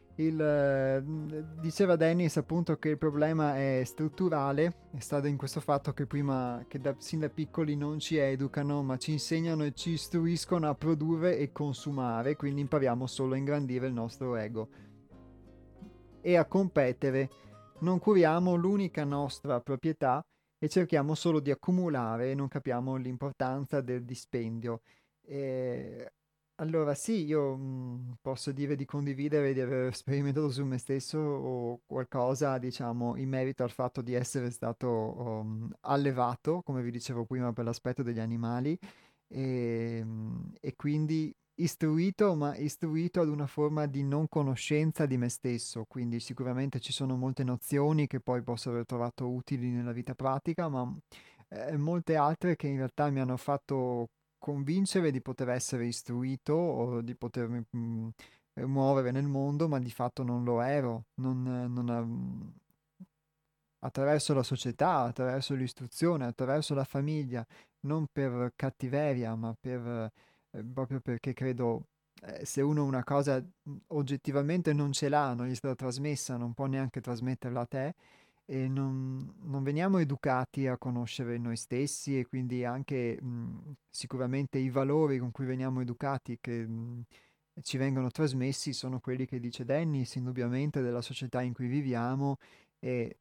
Diceva Dennis appunto che il problema è strutturale, è stato in questo fatto che sin da piccoli non ci educano, ma ci insegnano e ci istruiscono a produrre e consumare, quindi impariamo solo a ingrandire il nostro ego e a competere. Non curiamo l'unica nostra proprietà e cerchiamo solo di accumulare e non capiamo l'importanza del dispendio. E allora sì, io posso dire di condividere di aver sperimentato su me stesso o qualcosa, diciamo, in merito al fatto di essere stato allevato, come vi dicevo prima, per l'aspetto degli animali e quindi istruito, ma istruito ad una forma di non conoscenza di me stesso, quindi sicuramente ci sono molte nozioni che poi posso aver trovato utili nella vita pratica, ma molte altre che in realtà mi hanno fatto convincere di poter essere istruito o di potermi muovere nel mondo, ma di fatto non lo ero, attraverso la società, attraverso l'istruzione, attraverso la famiglia, non per cattiveria, ma proprio perché credo se uno una cosa oggettivamente non ce l'ha, non gli è stata trasmessa, non può neanche trasmetterla a te. e non veniamo educati a conoscere noi stessi e quindi anche sicuramente i valori con cui veniamo educati che ci vengono trasmessi sono quelli che dice Dennis, indubbiamente, della società in cui viviamo e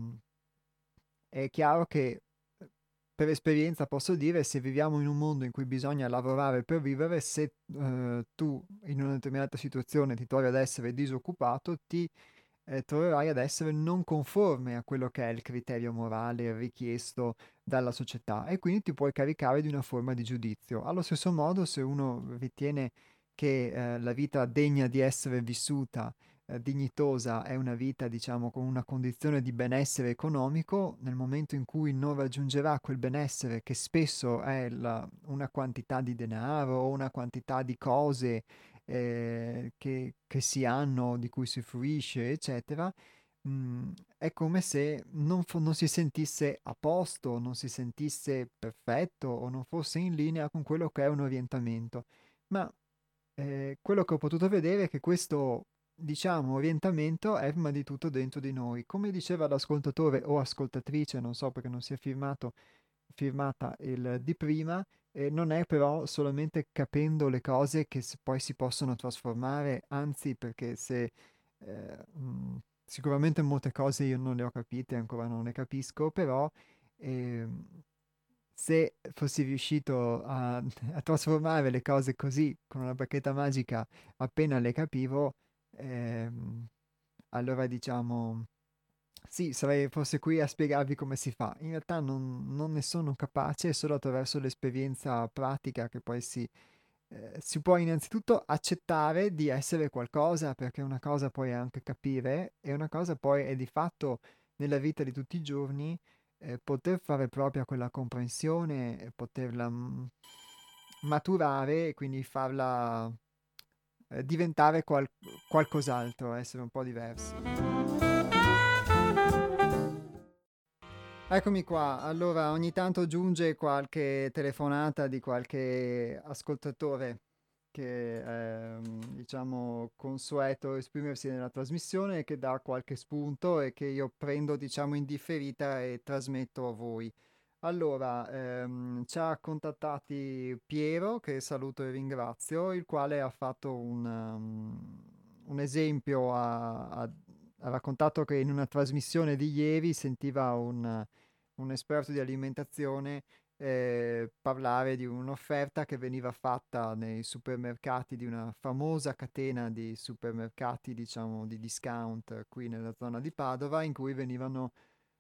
è chiaro che per esperienza posso dire, se viviamo in un mondo in cui bisogna lavorare per vivere, se tu in una determinata situazione ti trovi ad essere disoccupato, ti troverai ad essere non conforme a quello che è il criterio morale richiesto dalla società e quindi ti puoi caricare di una forma di giudizio. Allo stesso modo, se uno ritiene che la vita degna di essere vissuta, dignitosa, è una vita, diciamo, con una condizione di benessere economico, nel momento in cui non raggiungerà quel benessere, che spesso è una quantità di denaro o una quantità di cose che si hanno, di cui si fruisce, eccetera, è come se non si sentisse a posto, non si sentisse perfetto o non fosse in linea con quello che è un orientamento. Ma quello che ho potuto vedere è che questo, diciamo, orientamento è prima di tutto dentro di noi. Come diceva l'ascoltatore o ascoltatrice, non so perché non si è firmata il di prima, non è però solamente capendo le cose che poi si possono trasformare, anzi perché se sicuramente molte cose io non le ho capite, ancora non le capisco, però ehm, se fossi riuscito a trasformare le cose così con una bacchetta magica appena le capivo, ehm, allora diciamo sì, sarei forse qui a spiegarvi come si fa. In realtà non ne sono capace, è solo attraverso l'esperienza pratica che poi si può innanzitutto accettare di essere qualcosa, perché una cosa poi è anche capire, e una cosa poi è di fatto nella vita di tutti i giorni poter fare propria quella comprensione, e poterla maturare e quindi farla diventare qualcos'altro, essere un po' diversi. Eccomi qua, allora ogni tanto giunge qualche telefonata di qualche ascoltatore che è, diciamo, consueto esprimersi nella trasmissione e che dà qualche spunto e che io prendo, diciamo, in differita e trasmetto a voi. Allora, ci ha contattati Piero, che saluto e ringrazio, il quale ha fatto un esempio, ha raccontato che in una trasmissione di ieri sentiva un esperto di alimentazione parlare di un'offerta che veniva fatta nei supermercati di una famosa catena di supermercati, diciamo, di discount qui nella zona di Padova, in cui venivano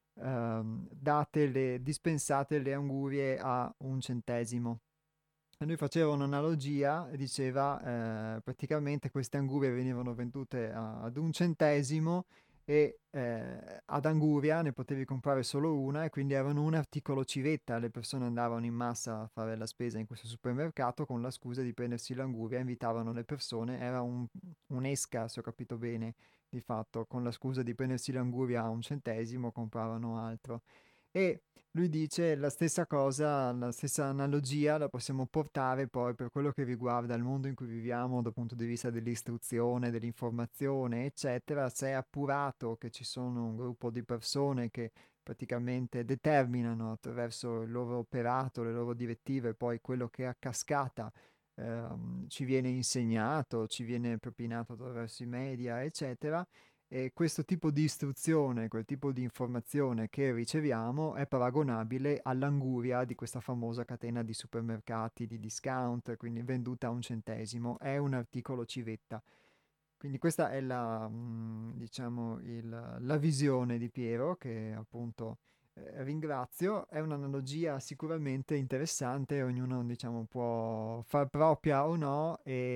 dispensate le angurie a 1 centesimo. E lui faceva un'analogia e diceva praticamente queste angurie venivano vendute ad 1 centesimo e ad Anguria ne potevi comprare solo una e quindi erano un articolo civetta, le persone andavano in massa a fare la spesa in questo supermercato con la scusa di prendersi l'anguria, invitavano le persone, era un'esca, se ho capito bene, di fatto, con la scusa di prendersi l'anguria a 1 centesimo compravano altro. E lui dice la stessa cosa, la stessa analogia la possiamo portare poi per quello che riguarda il mondo in cui viviamo dal punto di vista dell'istruzione, dell'informazione, eccetera. Se è appurato che ci sono un gruppo di persone che praticamente determinano attraverso il loro operato, le loro direttive, poi quello che a cascata ci viene insegnato, ci viene propinato attraverso i media, eccetera, e questo tipo di istruzione, quel tipo di informazione che riceviamo è paragonabile all'anguria di questa famosa catena di supermercati di discount, quindi venduta a 1 centesimo. È un articolo civetta. Quindi questa è diciamo, la visione di Piero, che appunto ringrazio. È un'analogia sicuramente interessante, ognuno diciamo, può far propria o no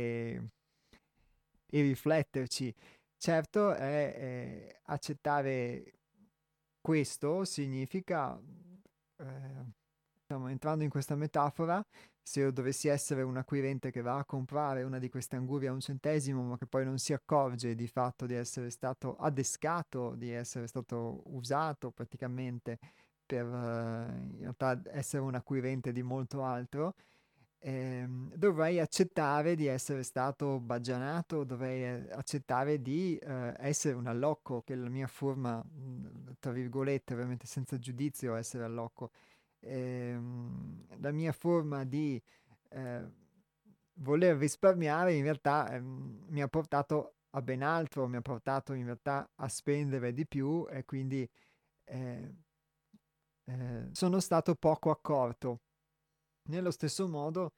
e rifletterci. Certo, accettare questo significa, diciamo, entrando in questa metafora, se io dovessi essere un acquirente che va a comprare una di queste angurie a 1 centesimo, ma che poi non si accorge di fatto di essere stato adescato, di essere stato usato praticamente per in realtà essere un acquirente di molto altro, dovrei accettare di essere stato baggianato, dovrei accettare di essere un allocco, che è la mia forma, tra virgolette, veramente senza giudizio, essere allocco. La mia forma di eh, voler risparmiare in realtà mi ha portato a ben altro, mi ha portato in realtà a spendere di più e quindi eh, sono stato poco accorto. Nello stesso modo,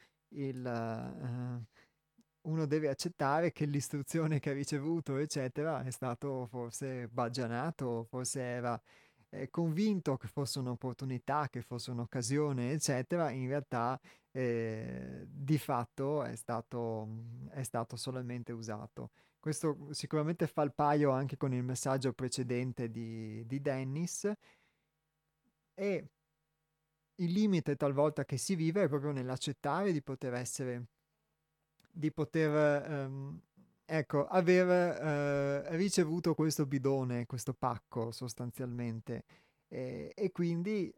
uno deve accettare che l'istruzione che ha ricevuto, eccetera, è stato forse baggianato, forse era convinto che fosse un'opportunità, che fosse un'occasione, eccetera. In realtà, di fatto, è stato solamente usato. Questo sicuramente fa il paio anche con il messaggio precedente di Dennis, e il limite talvolta che si vive è proprio nell'accettare di poter essere, di poter, ecco, aver ricevuto questo bidone, questo pacco sostanzialmente. E quindi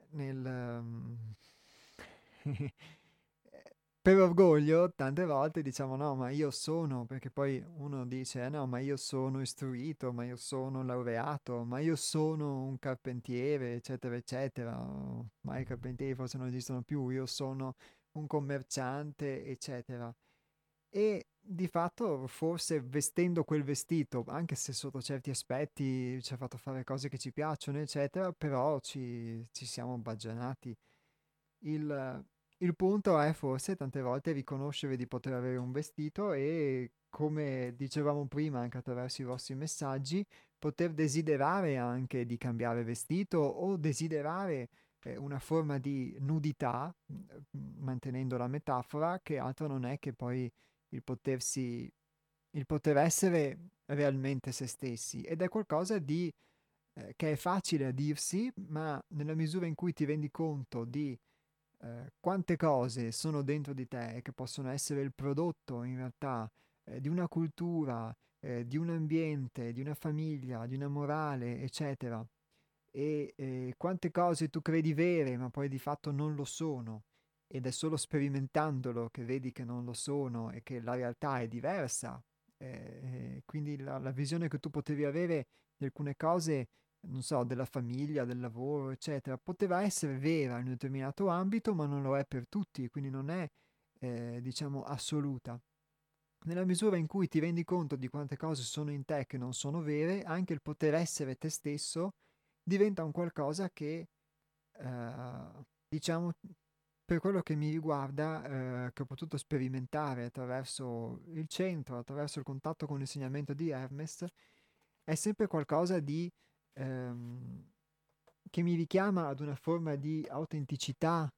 per orgoglio tante volte diciamo no, ma io sono, perché poi uno dice no, ma io sono istruito, ma io sono laureato, ma io sono un carpentiere, eccetera, eccetera. Ma i carpentieri forse non esistono più, io sono un commerciante, eccetera. E di fatto forse vestendo quel vestito, anche se sotto certi aspetti ci ha fatto fare cose che ci piacciono, eccetera, però ci siamo baggianati. Il, il punto è forse tante volte riconoscere di poter avere un vestito e, come dicevamo prima anche attraverso i vostri messaggi, poter desiderare anche di cambiare vestito o desiderare una forma di nudità, mantenendo la metafora, che altro non è che poi il potersi, il poter essere realmente se stessi. Ed è qualcosa di che è facile a dirsi, ma nella misura in cui ti rendi conto di quante cose sono dentro di te e che possono essere il prodotto in realtà di una cultura, di un ambiente, di una famiglia, di una morale, eccetera, e quante cose tu credi vere, ma poi di fatto non lo sono, ed è solo sperimentandolo che vedi che non lo sono e che la realtà è diversa. Quindi la visione che tu potevi avere di alcune cose, non so, della famiglia, del lavoro, eccetera, poteva essere vera in un determinato ambito, ma non lo è per tutti, quindi non è, diciamo, assoluta. Nella misura in cui ti rendi conto di quante cose sono in te che non sono vere, anche il poter essere te stesso diventa un qualcosa che, diciamo, per quello che mi riguarda, che ho potuto sperimentare attraverso il centro, attraverso il contatto con l'insegnamento di Hermes, è sempre qualcosa di ehm, che mi richiama ad una forma di autenticità,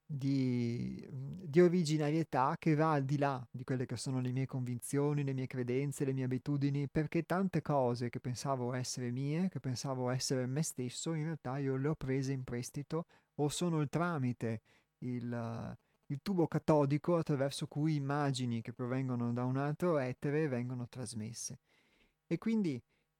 di originarietà che va al di là di quelle che sono le mie convinzioni, le mie credenze, le mie abitudini, perché tante cose che pensavo essere mie, che pensavo essere me stesso, in realtà io le ho prese in prestito o sono il tramite, il tubo catodico attraverso cui immagini che provengono da un altro etere vengono trasmesse. E quindi,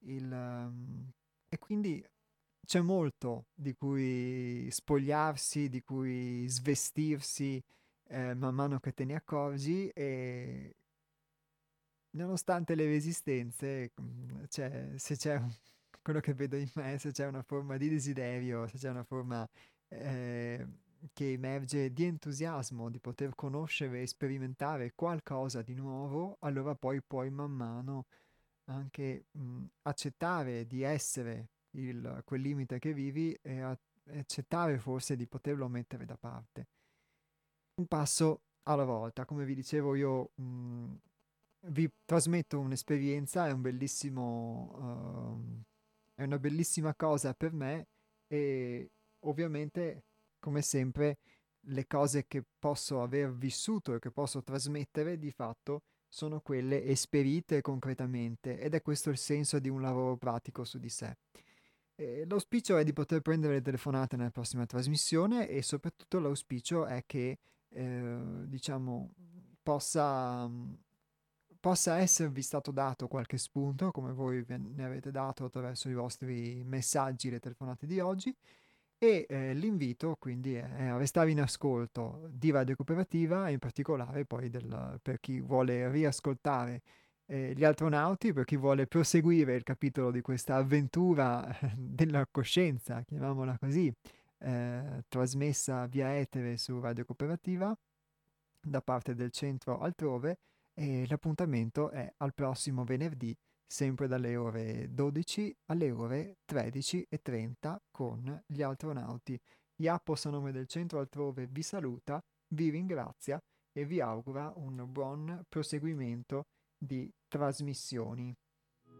e quindi c'è molto di cui spogliarsi, di cui svestirsi man mano che te ne accorgi, e nonostante le resistenze, se c'è quello che vedo in me, se c'è una forma di desiderio, se c'è una forma eh, che emerge di entusiasmo di poter conoscere e sperimentare qualcosa di nuovo, allora poi puoi man mano anche accettare di essere quel limite che vivi e accettare forse di poterlo mettere da parte. Un passo alla volta, come vi dicevo io, vi trasmetto un'esperienza, è una bellissima cosa per me, e ovviamente, come sempre, le cose che posso aver vissuto e che posso trasmettere di fatto sono quelle esperite concretamente, ed è questo il senso di un lavoro pratico su di sé. L'auspicio è di poter prendere le telefonate nella prossima trasmissione, e soprattutto l'auspicio è che diciamo possa, possa esservi stato dato qualche spunto, come voi ne avete dato attraverso i vostri messaggi, le telefonate di oggi, E l'invito quindi è a restare in ascolto di Radio Cooperativa, e in particolare poi per chi vuole riascoltare gli astronauti, per chi vuole proseguire il capitolo di questa avventura della coscienza, chiamiamola così, trasmessa via etere su Radio Cooperativa da parte del centro altrove, e l'appuntamento è al prossimo venerdì, sempre dalle ore 12 alle ore 13:30 con gli astronauti. Iapos a nome del centro altrove vi saluta, vi ringrazia e vi augura un buon proseguimento di trasmissioni.